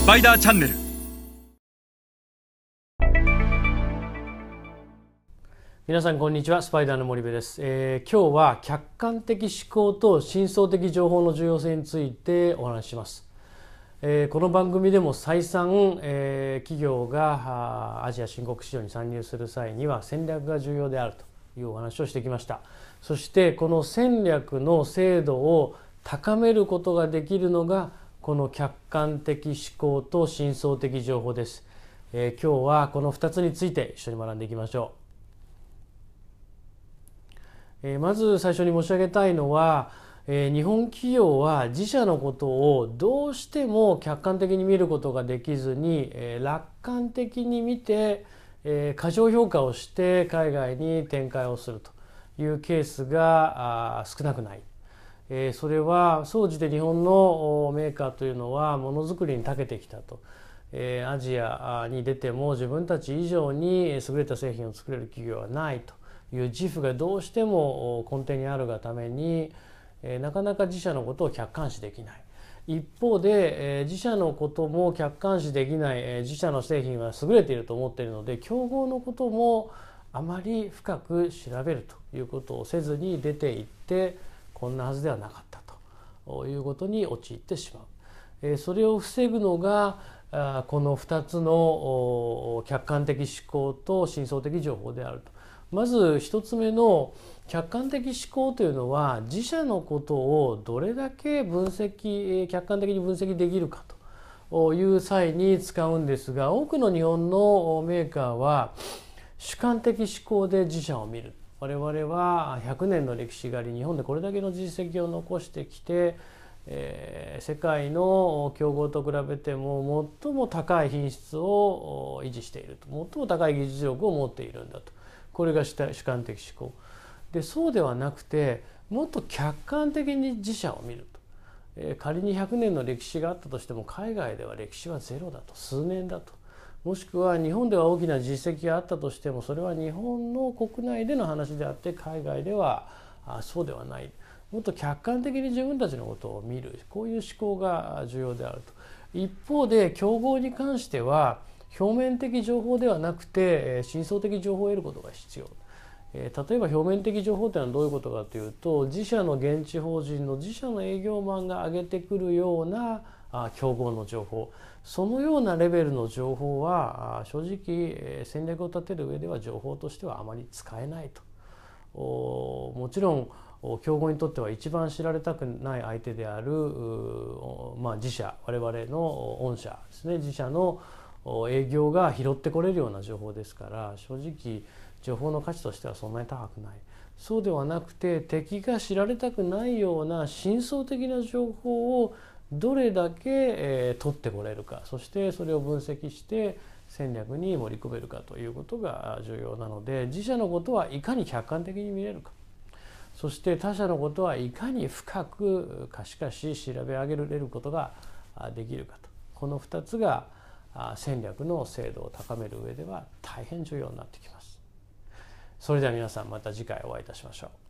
パイダーチャンネル。 皆さんこんにちは、スパイダーの森部です。今日は客観的思考と深層的情報の重要性についてお話しします。この番組でも再三、企業がアジア新興市場に参入する際には戦略が重要であるというお話をしてきました。そしてこの戦略の精度を高めることができるのがこの客観的思考と深層的情報です。今日はこの2つについて一緒に学んでいきましょう。まず最初に申し上げたいのは、日本企業は自社のことをどうしても客観的に見ることができずに、楽観的に見て、過剰評価をして海外に展開をするというケースが少なくない。それは総じて日本のメーカーというのはものづくりに長けてきたと。アジアに出ても自分たち以上に優れた製品を作れる企業はないという自負がどうしても根底にあるがために、なかなか自社のことを客観視できない。一方で、自社のことも客観視できない、自社の製品は優れていると思っているので競合のこともあまり深く調べるということをせずに出ていってこんなはずではなかったということに陥ってしまう。それを防ぐのがこの2つの客観的思考と深層的情報であると。まず1つ目の客観的思考というのは自社のことをどれだけ客観的に分析できるかという際に使うんですが、多くの日本のメーカーは主観的思考で自社を見る。我々は100年の歴史があり日本でこれだけの実績を残してきて、世界の競合と比べても最も高い品質を維持していると、最も高い技術力を持っているんだと。これが主観的思考で、そうではなくてもっと客観的に自社を見ると。仮に100年の歴史があったとしても海外では歴史はゼロだと、数年だと。もしくは日本では大きな実績があったとしてもそれは日本の国内での話であって海外ではそうではない。もっと客観的に自分たちのことを見る、こういう思考が重要であると。一方で競合に関しては表面的情報ではなくて深層的情報を得ることが必要。例えば表面的情報というのはどういうことかというと、自社の現地法人の自社の営業マンが上げてくるような競合の情報、そのようなレベルの情報は正直戦略を立てる上では情報としてはあまり使えないと。もちろん競合にとっては一番知られたくない相手である、自社、我々の御社ですね、自社の営業が拾ってこれるような情報ですから、正直情報の価値としてはそんなに高くない。そうではなくて敵が知られたくないような深層的な情報をどれだけ取ってこれるか、そしてそれを分析して戦略に盛り込めるかということが重要なので、自社のことはいかに客観的に見れるか、そして他社のことはいかに深く可視化し調べ上げられることができるかと。この2つが戦略の精度を高める上では大変重要になってきます。それでは皆さんまた次回お会いいたしましょう。